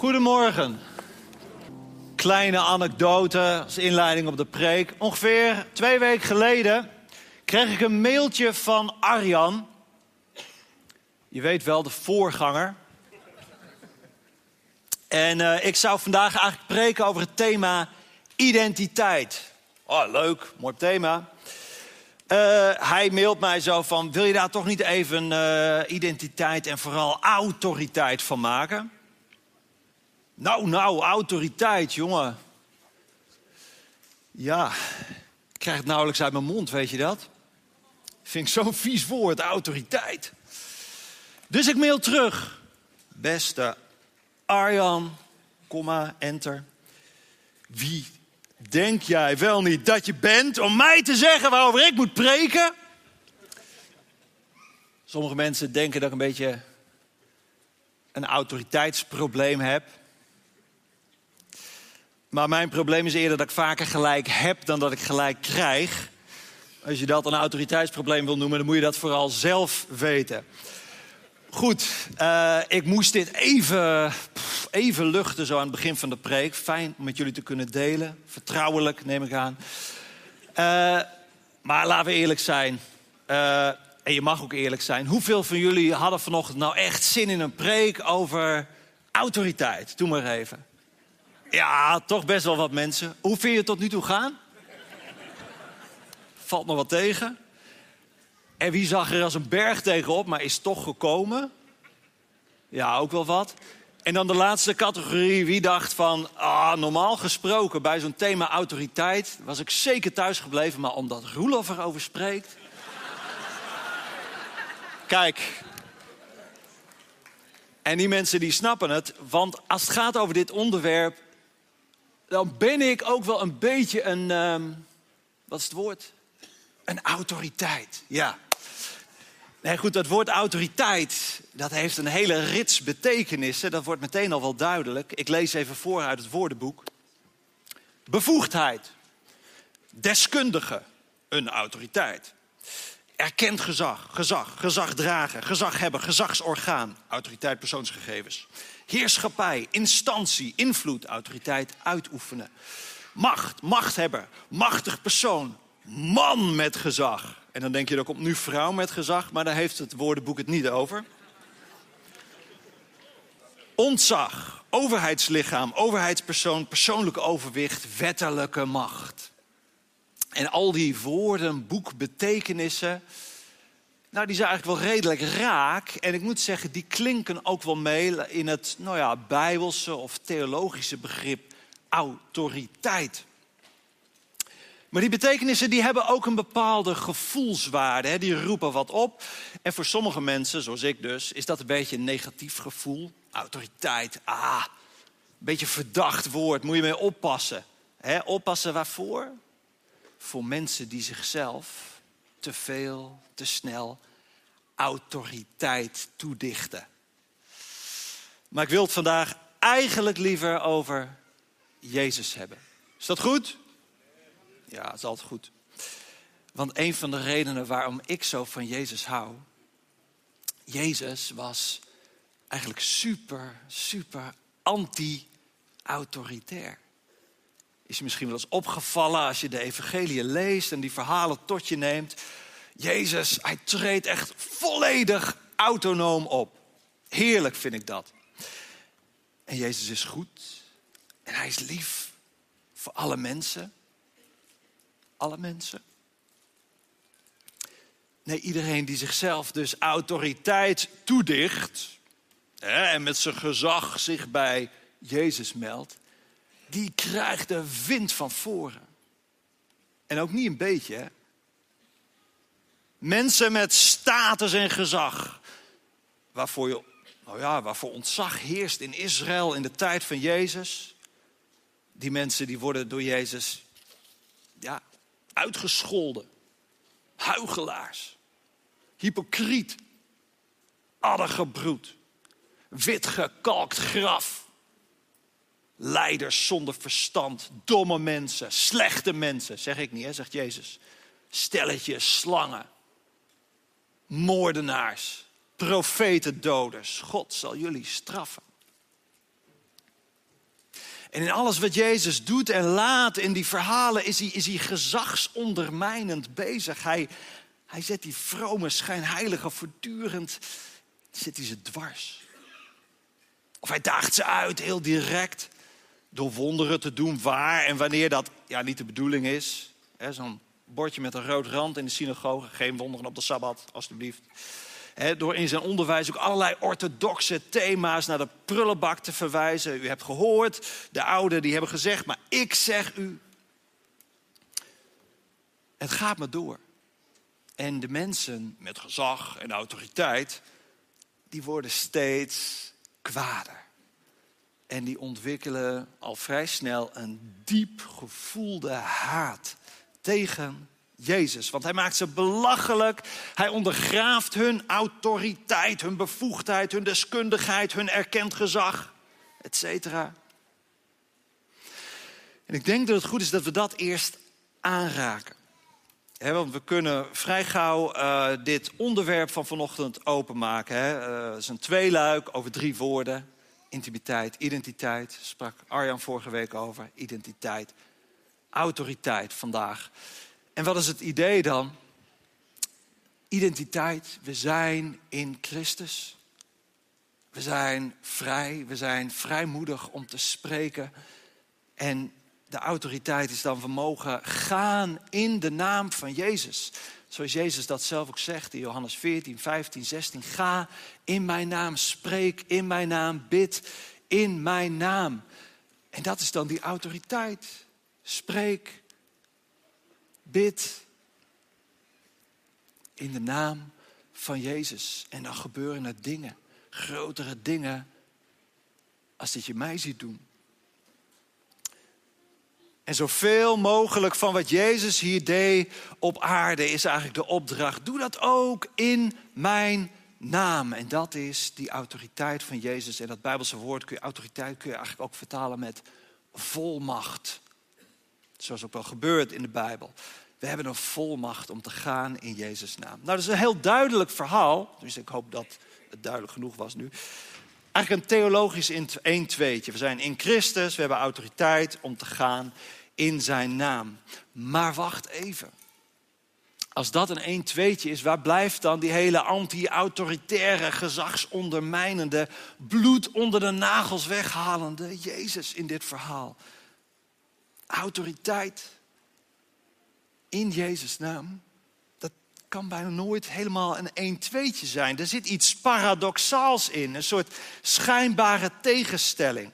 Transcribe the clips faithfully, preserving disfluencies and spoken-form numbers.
Goedemorgen. Kleine anekdote als inleiding op de preek. Ongeveer twee weken geleden kreeg ik een mailtje van Arjan. Je weet wel, de voorganger. En uh, ik zou vandaag eigenlijk preken over het thema identiteit. Oh, leuk, mooi thema. Uh, hij mailt mij zo van, wil je daar toch niet even uh, identiteit en vooral autoriteit van maken? Nou, nou, autoriteit, jongen. Ja, ik krijg het nauwelijks uit mijn mond, weet je dat? Vind ik zo'n vies woord, autoriteit. Dus ik mail terug. Beste Arjan, komma, enter. Wie denk jij wel niet dat je bent om mij te zeggen waarover ik moet preken? Sommige mensen denken dat ik een beetje een autoriteitsprobleem heb. Maar mijn probleem is eerder dat ik vaker gelijk heb dan dat ik gelijk krijg. Als je dat een autoriteitsprobleem wil noemen, dan moet je dat vooral zelf weten. Goed, uh, ik moest dit even, pff, even luchten zo aan het begin van de preek. Fijn om met jullie te kunnen delen. Vertrouwelijk, neem ik aan. Uh, maar laten we eerlijk zijn. Uh, en je mag ook eerlijk zijn. Hoeveel van jullie hadden vanochtend nou echt zin in een preek over autoriteit? Doe maar even. Ja, toch best wel wat mensen. Hoe vind je het tot nu toe gaan? Valt nog wat tegen. En wie zag er als een berg tegenop, maar is toch gekomen? Ja, ook wel wat. En dan de laatste categorie. Wie dacht van, ah, normaal gesproken bij zo'n thema autoriteit was ik zeker thuis gebleven, maar omdat Roelof erover spreekt. Kijk. En die mensen die snappen het, want als het gaat over dit onderwerp, dan ben ik ook wel een beetje een, um, wat is het woord? Een autoriteit, ja. Nee, goed, dat woord autoriteit, dat heeft een hele rits betekenissen. Dat wordt meteen al wel duidelijk. Ik lees even voor uit het woordenboek. Bevoegdheid. Deskundige. Een autoriteit. Erkend gezag. Gezag. Gezag dragen. Gezag hebben. Gezagsorgaan. Autoriteit persoonsgegevens. Heerschappij. Instantie. Invloed. Autoriteit uitoefenen. Macht. Machthebber. Machtig persoon. Man met gezag. En dan denk je, er komt nu vrouw met gezag, maar daar heeft het woordenboek het niet over. Ontzag, overheidslichaam, overheidspersoon, persoonlijk overwicht, wettelijke macht. En al die woorden, boekbetekenissen, nou die zijn eigenlijk wel redelijk raak. En ik moet zeggen, die klinken ook wel mee in het nou ja, bijbelse of theologische begrip autoriteit. Maar die betekenissen die hebben ook een bepaalde gevoelswaarde. Hè? Die roepen wat op. En voor sommige mensen, zoals ik dus, is dat een beetje een negatief gevoel. Autoriteit, ah, een beetje verdacht woord, moet je mee oppassen. Hè? Oppassen waarvoor? Voor mensen die zichzelf te veel, te snel autoriteit toedichten. Maar ik wil het vandaag eigenlijk liever over Jezus hebben. Is dat goed? Ja, dat is altijd goed. Want een van de redenen waarom ik zo van Jezus hou. Jezus was eigenlijk super, super anti-autoritair. Is je misschien wel eens opgevallen als je de evangeliën leest en die verhalen tot je neemt. Jezus, hij treedt echt volledig autonoom op. Heerlijk vind ik dat. En Jezus is goed. En hij is lief voor alle mensen. Alle mensen. Nee, iedereen die zichzelf dus autoriteit toedicht. Hè, en met zijn gezag zich bij Jezus meldt. Die krijgt de wind van voren. En ook niet een beetje. Hè? Mensen met status en gezag. Waarvoor, je, nou ja, waarvoor ontzag heerst in Israël in de tijd van Jezus. Die mensen die worden door Jezus ja, uitgescholden. Huichelaars. Hypocriet. Addergebroed. Witgekalkt graf. Leiders zonder verstand. Domme mensen. Slechte mensen. Zeg ik niet, hè, zegt Jezus. Stelletjes slangen. Moordenaars. Profetendoders. God zal jullie straffen. En in alles wat Jezus doet en laat in die verhalen is hij, is hij gezagsondermijnend bezig. Hij, hij zet die vrome schijnheiligen voortdurend, zet hij ze dwars. Of hij daagt ze uit heel direct door wonderen te doen waar en wanneer dat ja, niet de bedoeling is. He, zo'n bordje met een rood rand in de synagoge, geen wonderen op de Sabbat, alstublieft. He, door in zijn onderwijs ook allerlei orthodoxe thema's naar de prullenbak te verwijzen. U hebt gehoord, de ouden die hebben gezegd, maar ik zeg u. Het gaat maar door. En de mensen met gezag en autoriteit, die worden steeds kwader. En die ontwikkelen al vrij snel een diep gevoelde haat tegen Jezus. Want hij maakt ze belachelijk. Hij ondergraaft hun autoriteit, hun bevoegdheid, hun deskundigheid, hun erkend gezag, et cetera. En ik denk dat het goed is dat we dat eerst aanraken. He, want we kunnen vrij gauw uh, dit onderwerp van vanochtend openmaken. Hè. Uh, het is een tweeluik over drie woorden. Intimiteit, identiteit. Sprak Arjan vorige week over. Identiteit, autoriteit vandaag. En wat is het idee dan? Identiteit, we zijn in Christus. We zijn vrij, we zijn vrijmoedig om te spreken. En de autoriteit is dan, we mogen gaan in de naam van Jezus. Zoals Jezus dat zelf ook zegt in Johannes veertien, vijftien, zestien. Ga in mijn naam, spreek in mijn naam, bid in mijn naam. En dat is dan die autoriteit. Spreek, bid in de naam van Jezus. En dan gebeuren er dingen, grotere dingen, als dat je mij ziet doen. En zoveel mogelijk van wat Jezus hier deed op aarde is eigenlijk de opdracht. Doe dat ook in mijn naam. En dat is die autoriteit van Jezus. En dat Bijbelse woord, kun je, autoriteit kun je eigenlijk ook vertalen met volmacht. Zoals ook wel gebeurt in de Bijbel. We hebben een volmacht om te gaan in Jezus' naam. Nou, dat is een heel duidelijk verhaal. Dus ik hoop dat het duidelijk genoeg was nu. Eigenlijk een theologisch een-tweetje. We zijn in Christus, we hebben autoriteit om te gaan in zijn naam. Maar wacht even. Als dat een een-tweetje is, waar blijft dan die hele anti-autoritaire, gezagsondermijnende, bloed onder de nagels weghalende Jezus in dit verhaal? Autoriteit in Jezus' naam. Kan bijna nooit helemaal een een-tweetje zijn. Er zit iets paradoxaals in. Een soort schijnbare tegenstelling.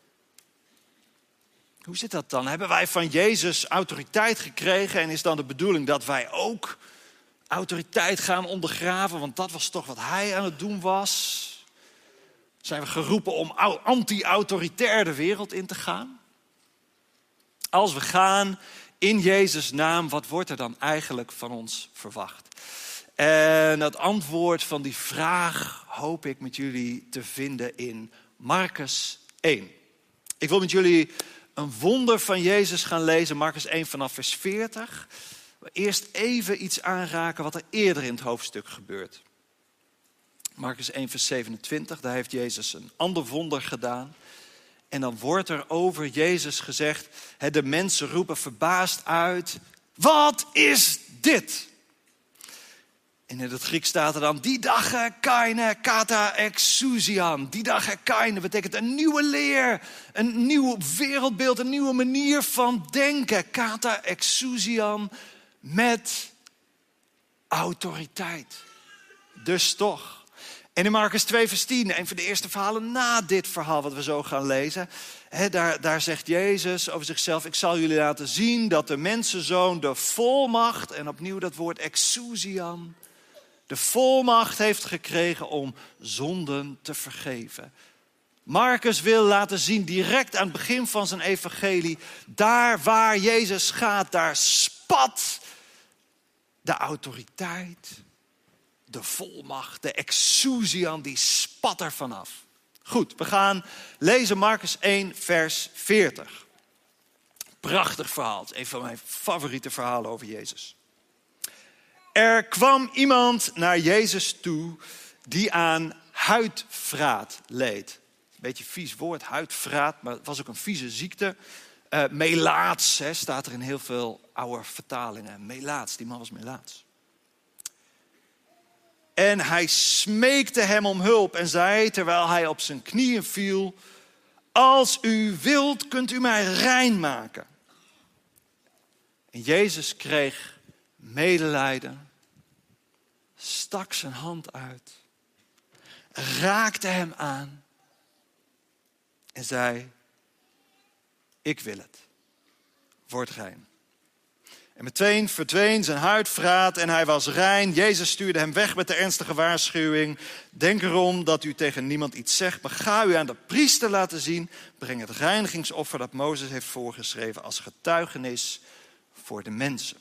Hoe zit dat dan? Hebben wij van Jezus autoriteit gekregen en is dan de bedoeling dat wij ook autoriteit gaan ondergraven? Want dat was toch wat hij aan het doen was. Zijn we geroepen om anti-autoritair de wereld in te gaan? Als we gaan in Jezus' naam, wat wordt er dan eigenlijk van ons verwacht? En het antwoord van die vraag hoop ik met jullie te vinden in Marcus één. Ik wil met jullie een wonder van Jezus gaan lezen, Marcus één vanaf vers veertig. Eerst even iets aanraken wat er eerder in het hoofdstuk gebeurt. Marcus één vers zevenentwintig, daar heeft Jezus een ander wonder gedaan. En dan wordt er over Jezus gezegd, de mensen roepen verbaasd uit, wat is dit? En in het Grieks staat er dan, didache kaine kata exousian. Didache kaine betekent een nieuwe leer, een nieuw wereldbeeld, een nieuwe manier van denken. Kata exousian met autoriteit. Dus toch. En in Marcus twee vers tien, een van de eerste verhalen na dit verhaal wat we zo gaan lezen. He, daar, daar zegt Jezus over zichzelf, ik zal jullie laten zien dat de mensenzoon de volmacht, en opnieuw dat woord exousian, de volmacht heeft gekregen om zonden te vergeven. Marcus wil laten zien, direct aan het begin van zijn evangelie, daar waar Jezus gaat, daar spat de autoriteit, de volmacht, de exousian, die spat er vanaf. Goed, we gaan lezen Marcus één vers veertig. Prachtig verhaal, het is een van mijn favoriete verhalen over Jezus. Er kwam iemand naar Jezus toe die aan huidvraat leed. beetje vies woord, huidvraat, maar het was ook een vieze ziekte. Uh, melaats, hè, staat er in heel veel oude vertalingen. Melaats, die man was melaats. En hij smeekte hem om hulp en zei, terwijl hij op zijn knieën viel, als u wilt, kunt u mij rein maken. En Jezus kreeg medelijden, stak zijn hand uit, raakte hem aan en zei, ik wil het, word rein. En meteen verdween zijn huidvraat en hij was rein. Jezus stuurde hem weg met de ernstige waarschuwing. Denk erom dat u tegen niemand iets zegt, maar ga u aan de priester laten zien. Breng het reinigingsoffer dat Mozes heeft voorgeschreven als getuigenis voor de mensen.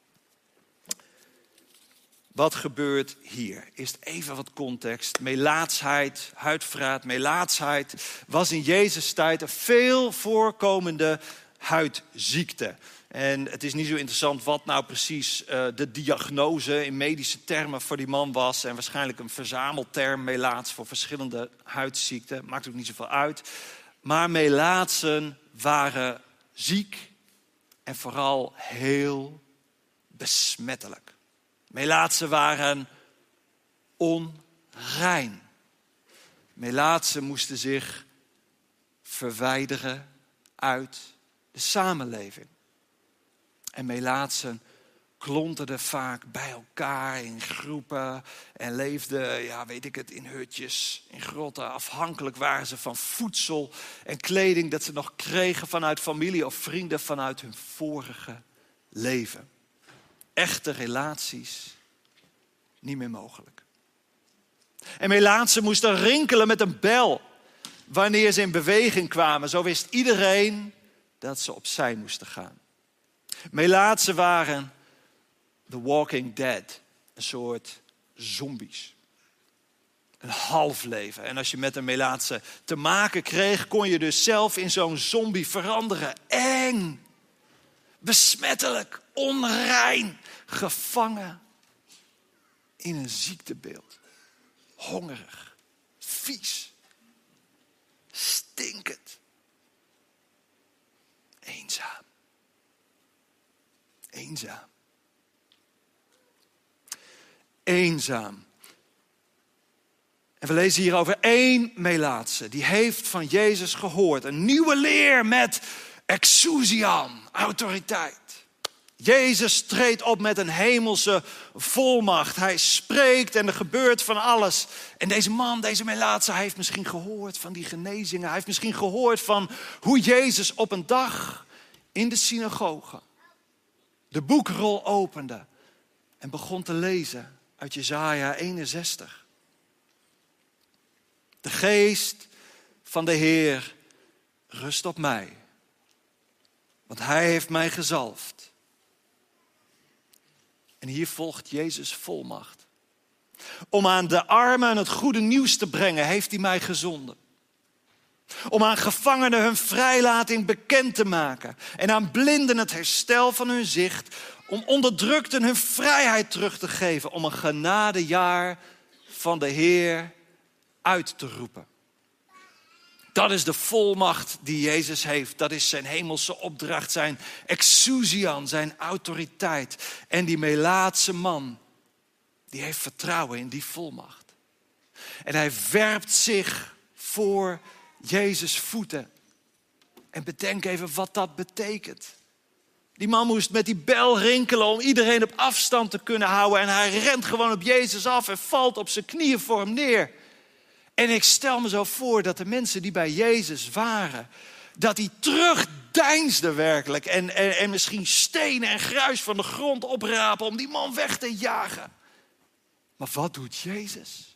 Wat gebeurt hier? Eerst even wat context. Melaatsheid, huidvraat, melaatsheid was in Jezus' tijd een veel voorkomende huidziekte. En het is niet zo interessant wat nou precies uh, de diagnose in medische termen voor die man was. En waarschijnlijk een verzamelterm, melaats, voor verschillende huidziekten. Maakt ook niet zoveel uit. Maar melaatsen waren ziek en vooral heel besmettelijk. Melaatsen waren onrein. Melaatsen moesten zich verwijderen uit de samenleving. En melaatsen klonterden vaak bij elkaar in groepen en leefden, ja, weet ik het, in hutjes, in grotten. Afhankelijk waren ze van voedsel en kleding dat ze nog kregen vanuit familie of vrienden vanuit hun vorige leven. Echte relaties niet meer mogelijk. En melaatsen moesten rinkelen met een bel wanneer ze in beweging kwamen. Zo wist iedereen dat ze opzij moesten gaan. Melaatsen waren the walking dead, een soort zombies. Een half leven. En als je met een melaatse te maken kreeg, kon je dus zelf in zo'n zombie veranderen. Eng, besmettelijk, onrein, gevangen in een ziektebeeld. Hongerig, vies, stinkend, eenzaam. Eenzaam. Eenzaam. En we lezen hier over één melaatse. Die heeft van Jezus gehoord. Een nieuwe leer met exousian, autoriteit. Jezus treedt op met een hemelse volmacht. Hij spreekt en er gebeurt van alles. En deze man, deze melaatse, hij heeft misschien gehoord van die genezingen. Hij heeft misschien gehoord van hoe Jezus op een dag in de synagoge de boekrol opende en begon te lezen uit Jesaja eenenzestig. De geest van de Heer rust op mij, want hij heeft mij gezalfd. En hier volgt Jezus volmacht. Om aan de armen het goede nieuws te brengen, heeft hij mij gezonden. Om aan gevangenen hun vrijlating bekend te maken. En aan blinden het herstel van hun zicht. Om onderdrukten hun vrijheid terug te geven. Om een genadejaar van de Heer uit te roepen. Dat is de volmacht die Jezus heeft. Dat is zijn hemelse opdracht, zijn exousian, zijn autoriteit. En die melaatse man, die heeft vertrouwen in die volmacht. En hij werpt zich voor Jezus' voeten. En bedenk even wat dat betekent. Die man moest met die bel rinkelen om iedereen op afstand te kunnen houden. En hij rent gewoon op Jezus af en valt op zijn knieën voor hem neer. En ik stel me zo voor dat de mensen die bij Jezus waren, dat die terugdeinsden werkelijk. En, en, en misschien stenen en gruis van de grond oprapen om die man weg te jagen. Maar wat doet Jezus?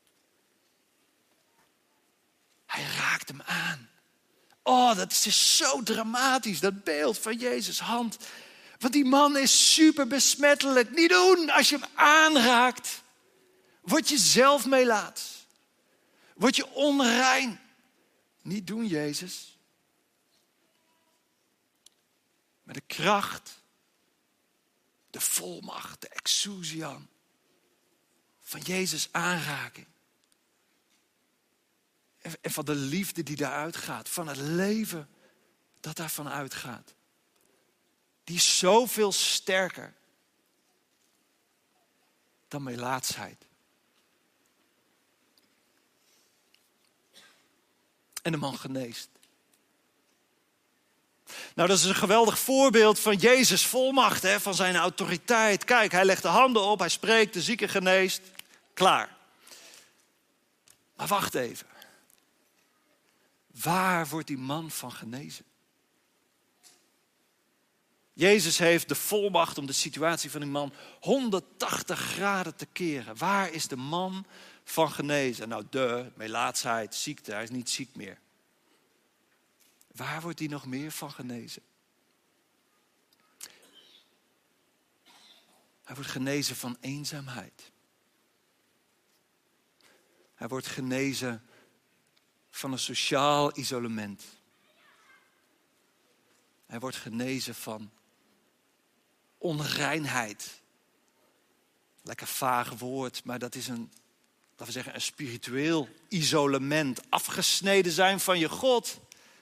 Hij raakt hem aan. Oh, dat is dus zo dramatisch, dat beeld van Jezus' hand. Want die man is super besmettelijk. Niet doen, als je hem aanraakt, word je zelf melaats. Word je onrein. Niet doen, Jezus. Maar de kracht, de volmacht, de exousian van Jezus' aanraking. En van de liefde die daaruit gaat. Van het leven dat daarvan uitgaat. Die is zoveel sterker dan melaatsheid. En de man geneest. Nou, dat is een geweldig voorbeeld van Jezus' volmacht, hè, van zijn autoriteit. Kijk, hij legt de handen op, hij spreekt, de zieke geneest. Klaar. Maar wacht even. Waar wordt die man van genezen? Jezus heeft de volmacht om de situatie van die man honderdtachtig graden te keren. Waar is de man van genezen? Nou, de melaatsheid, ziekte, hij is niet ziek meer. Waar wordt hij nog meer van genezen? Hij wordt genezen van eenzaamheid. Hij wordt genezen van een sociaal isolement. Hij wordt genezen van onreinheid. Lekker vaag woord, maar dat is een, laten we zeggen, een spiritueel isolement. Afgesneden zijn van je God.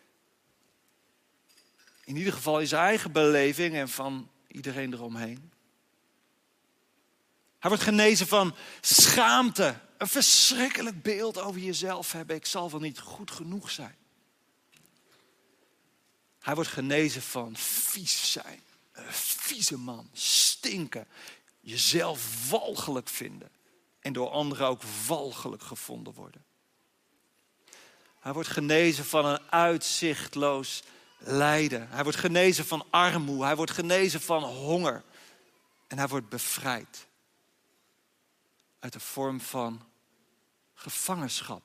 In ieder geval in zijn eigen beleving en van iedereen eromheen. Hij wordt genezen van schaamte. Een verschrikkelijk beeld over jezelf hebben. Ik zal wel niet goed genoeg zijn. Hij wordt genezen van vies zijn. Een vieze man. Stinken. Jezelf walgelijk vinden. En door anderen ook walgelijk gevonden worden. Hij wordt genezen van een uitzichtloos lijden. Hij wordt genezen van armoede. Hij wordt genezen van honger. En hij wordt bevrijd. Uit de vorm van gevangenschap.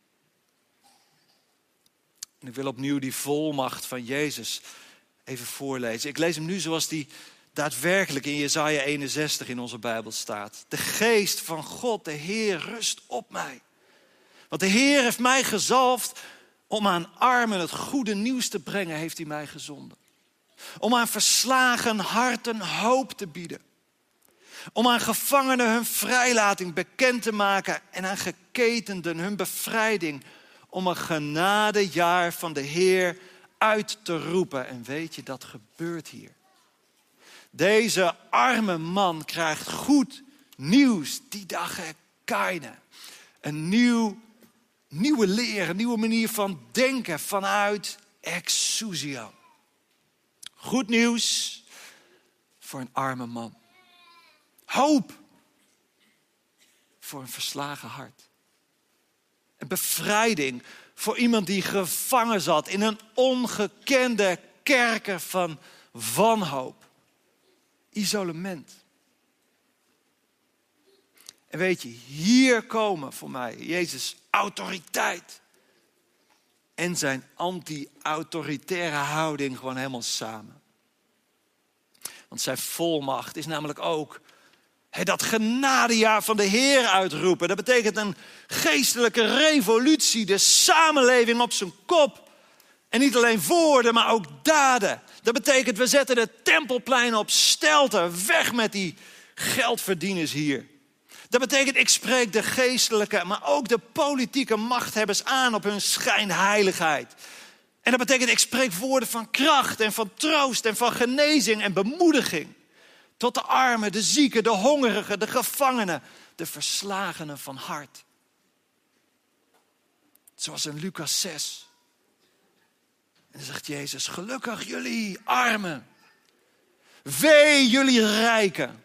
En ik wil opnieuw die volmacht van Jezus even voorlezen. Ik lees hem nu zoals die daadwerkelijk in Jesaja eenenzestig in onze Bijbel staat. De geest van God, de Heer, rust op mij. Want de Heer heeft mij gezalfd om aan armen het goede nieuws te brengen, heeft hij mij gezonden. Om aan verslagen harten hoop te bieden. Om aan gevangenen hun vrijlating bekend te maken en aan geketenden hun bevrijding. Om een genadejaar van de Heer uit te roepen. En weet je, dat gebeurt hier. Deze arme man krijgt goed nieuws die dag keine. Een nieuw, nieuwe leer, een nieuwe manier van denken vanuit exousia. Goed nieuws voor een arme man. Hoop voor een verslagen hart. Een bevrijding voor iemand die gevangen zat in een ongekende kerker van wanhoop. Isolement. En weet je, hier komen voor mij Jezus' autoriteit en zijn anti-autoritaire houding gewoon helemaal samen. Want zijn volmacht is namelijk ook he, dat genadejaar van de Heer uitroepen. Dat betekent een geestelijke revolutie, de samenleving op zijn kop. En niet alleen woorden, maar ook daden. Dat betekent, we zetten de tempelpleinen op stelten. Weg met die geldverdieners hier. Dat betekent, ik spreek de geestelijke, maar ook de politieke machthebbers aan op hun schijnheiligheid. En dat betekent, ik spreek woorden van kracht en van troost en van genezing en bemoediging. Tot de armen, de zieken, de hongerigen, de gevangenen, de verslagenen van hart. Zoals in Lucas zes. En dan zegt Jezus, gelukkig jullie armen. Wee jullie rijken.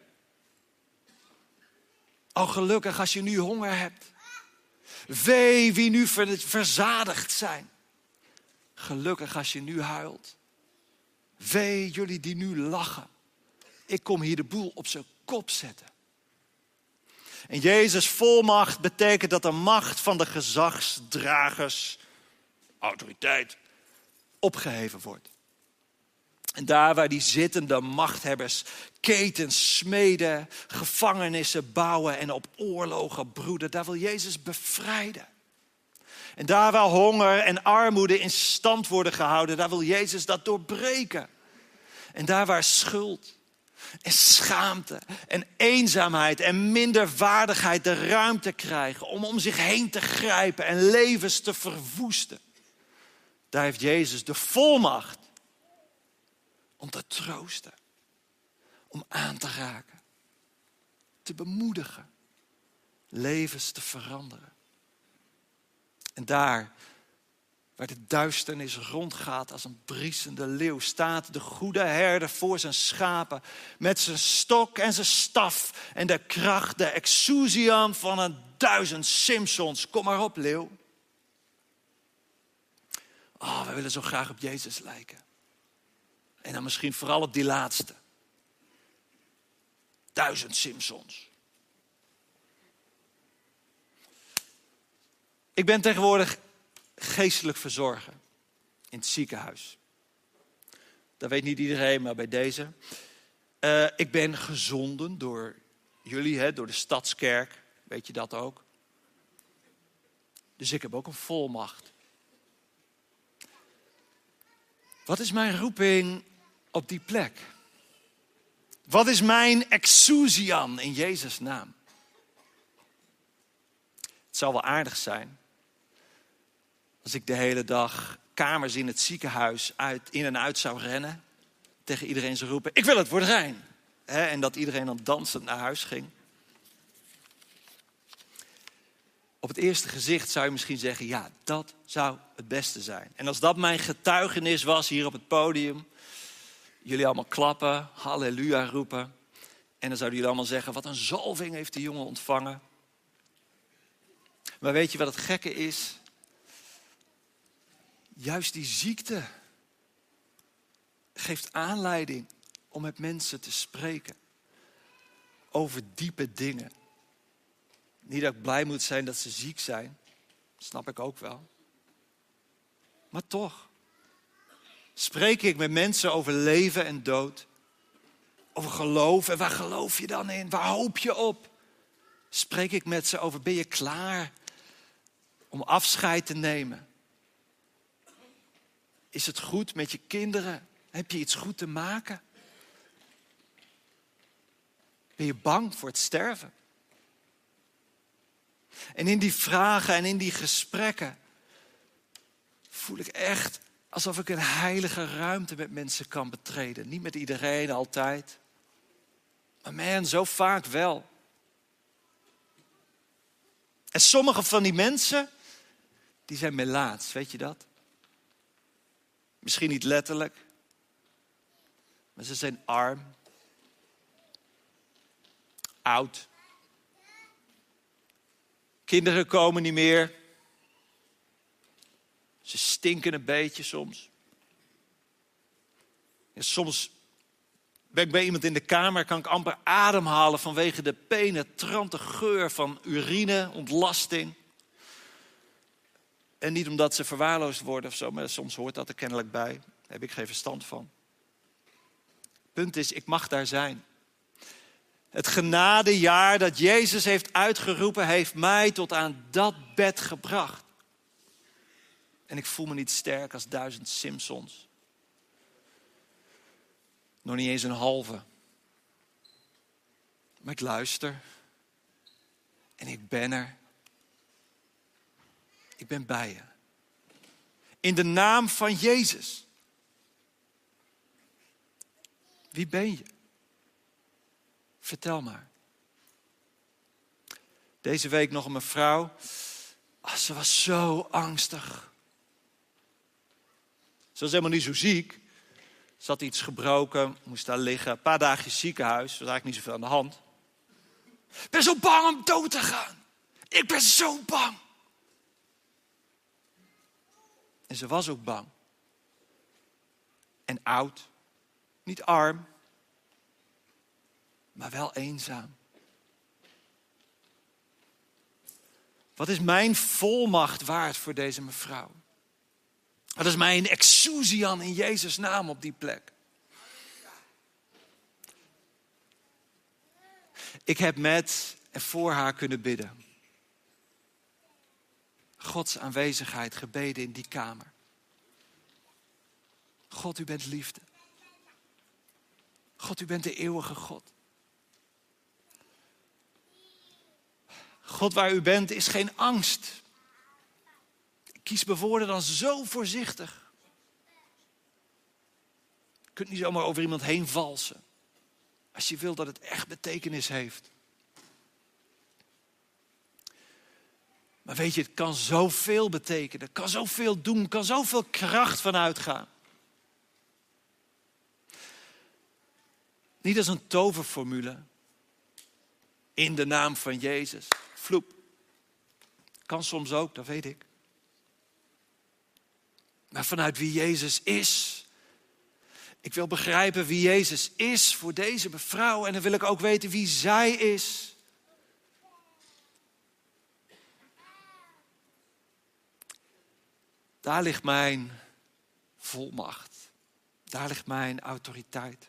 Al gelukkig als je nu honger hebt. Wee wie nu verzadigd zijn. Gelukkig als je nu huilt. Wee jullie die nu lachen. Ik kom hier de boel op zijn kop zetten. En Jezus' volmacht betekent dat de macht van de gezagsdragers, autoriteit, opgeheven wordt. En daar waar die zittende machthebbers ketens smeden, gevangenissen bouwen en op oorlogen broeden, daar wil Jezus bevrijden. En daar waar honger en armoede in stand worden gehouden, daar wil Jezus dat doorbreken. En daar waar schuld En schaamte en eenzaamheid en minderwaardigheid de ruimte krijgen om om zich heen te grijpen en levens te verwoesten. Daar heeft Jezus de volmacht om te troosten, om aan te raken, te bemoedigen, levens te veranderen. En daar, waar de duisternis rondgaat als een briesende leeuw, staat de goede herder voor zijn schapen met zijn stok en zijn staf en de kracht, de exousian van een duizend Simpsons. Kom maar op, leeuw. Oh, we willen zo graag op Jezus lijken. En dan misschien vooral op die laatste. Duizend Simpsons. Ik ben tegenwoordig geestelijk verzorger in het ziekenhuis. Dat weet niet iedereen, maar bij deze. Uh, ik ben gezonden door jullie, hè, door de Stadskerk. Weet je dat ook? Dus ik heb ook een volmacht. Wat is mijn roeping op die plek? Wat is mijn exousian in Jezus' naam? Het zou wel aardig zijn als ik de hele dag kamers in het ziekenhuis uit, in en uit zou rennen. Tegen iedereen zou roepen, ik wil het worden rein. He, en dat iedereen dan dansend naar huis ging. Op het eerste gezicht zou je misschien zeggen, ja, dat zou het beste zijn. En als dat mijn getuigenis was hier op het podium. Jullie allemaal klappen, halleluja roepen. En dan zouden jullie allemaal zeggen, wat een zalving heeft die jongen ontvangen. Maar weet je wat het gekke is? Juist die ziekte geeft aanleiding om met mensen te spreken. Over diepe dingen. Niet dat ik blij moet zijn dat ze ziek zijn. Dat snap ik ook wel. Maar toch. Spreek ik met mensen over leven en dood. Over geloof. En waar geloof je dan in? Waar hoop je op? Spreek ik met ze over, ben je klaar om afscheid te nemen? Is het goed met je kinderen? Heb je iets goed te maken? Ben je bang voor het sterven? En in die vragen en in die gesprekken voel ik echt alsof ik een heilige ruimte met mensen kan betreden. Niet met iedereen altijd. Maar man, zo vaak wel. En sommige van die mensen, die zijn melaats, weet je dat? Misschien niet letterlijk. Maar ze zijn arm. Oud. Kinderen komen niet meer. Ze stinken een beetje soms. En soms ben ik bij iemand in de kamer, kan ik amper ademhalen vanwege de penetrante geur van urine, ontlasting. En niet omdat ze verwaarloosd worden of zo, maar soms hoort dat er kennelijk bij. Daar heb ik geen verstand van. Punt is, ik mag daar zijn. Het genadejaar dat Jezus heeft uitgeroepen, heeft mij tot aan dat bed gebracht. En ik voel me niet sterk als duizend Simpsons. Nog niet eens een halve. Maar ik luister. En ik ben er. Ik ben bij je. In de naam van Jezus. Wie ben je? Vertel maar. Deze week nog een mevrouw. Oh, ze was zo angstig. Ze was helemaal niet zo ziek. Ze had iets gebroken, moest daar liggen. Een paar dagjes ziekenhuis, er was eigenlijk niet zoveel aan de hand. Ik ben zo bang om dood te gaan. Ik ben zo bang. En ze was ook bang. En oud. Niet arm. Maar wel eenzaam. Wat is mijn volmacht waard voor deze mevrouw? Wat is mijn exousian in Jezus' naam op die plek? Ik heb met en voor haar kunnen bidden. Gods aanwezigheid gebeden in die kamer. God, u bent liefde. God, u bent de eeuwige God. God, waar u bent is geen angst. Ik kies mijn woorden dan zo voorzichtig. Je kunt niet zomaar over iemand heen valsen. Als je wilt dat het echt betekenis heeft. Maar weet je, het kan zoveel betekenen. Het kan zoveel doen. Het kan zoveel kracht van uitgaan. Niet als een toverformule. In de naam van Jezus. Vloep. Kan soms ook, dat weet ik. Maar vanuit wie Jezus is. Ik wil begrijpen wie Jezus is voor deze mevrouw. En dan wil ik ook weten wie zij is. Daar ligt mijn volmacht. Daar ligt mijn autoriteit.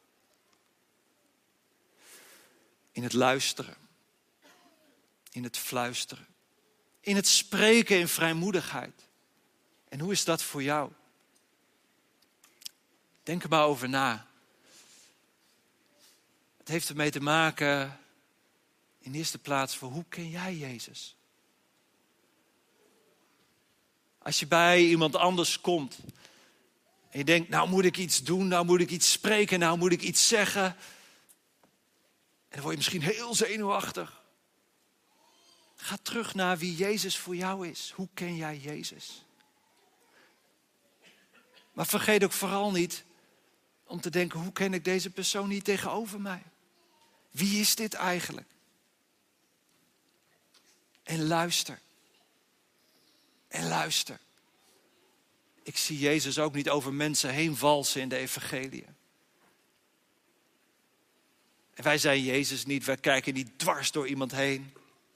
In het luisteren. In het fluisteren. In het spreken in vrijmoedigheid. En hoe is dat voor jou? Denk er maar over na. Het heeft ermee te maken, in de eerste plaats, voor hoe ken jij Jezus? Als je bij iemand anders komt en je denkt, nou moet ik iets doen, nou moet ik iets spreken, nou moet ik iets zeggen. En dan word je misschien heel zenuwachtig. Ga terug naar wie Jezus voor jou is. Hoe ken jij Jezus? Maar vergeet ook vooral niet om te denken, hoe ken ik deze persoon niet tegenover mij? Wie is dit eigenlijk? En luister. En luister. Ik zie Jezus ook niet over mensen heen valsen in de evangeliën. En wij zijn Jezus niet, wij kijken niet dwars door iemand heen.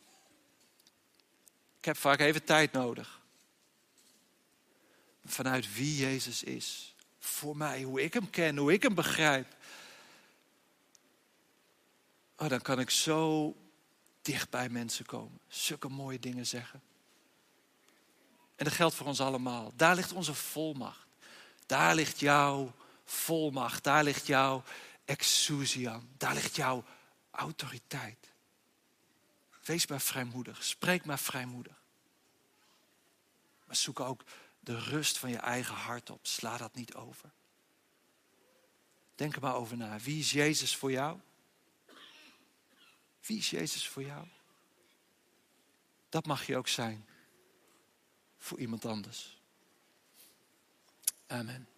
Ik heb vaak even tijd nodig. Vanuit wie Jezus is. Voor mij, hoe ik hem ken, hoe ik hem begrijp. Oh, dan kan ik zo dicht bij mensen komen. Zulke mooie dingen zeggen. En dat geldt voor ons allemaal. Daar ligt onze volmacht. Daar ligt jouw volmacht. Daar ligt jouw exousian. Daar ligt jouw autoriteit. Wees maar vrijmoedig. Spreek maar vrijmoedig. Maar zoek ook de rust van je eigen hart op. Sla dat niet over. Denk er maar over na. Wie is Jezus voor jou? Wie is Jezus voor jou? Dat mag je ook zijn. Voor iemand anders. Amen.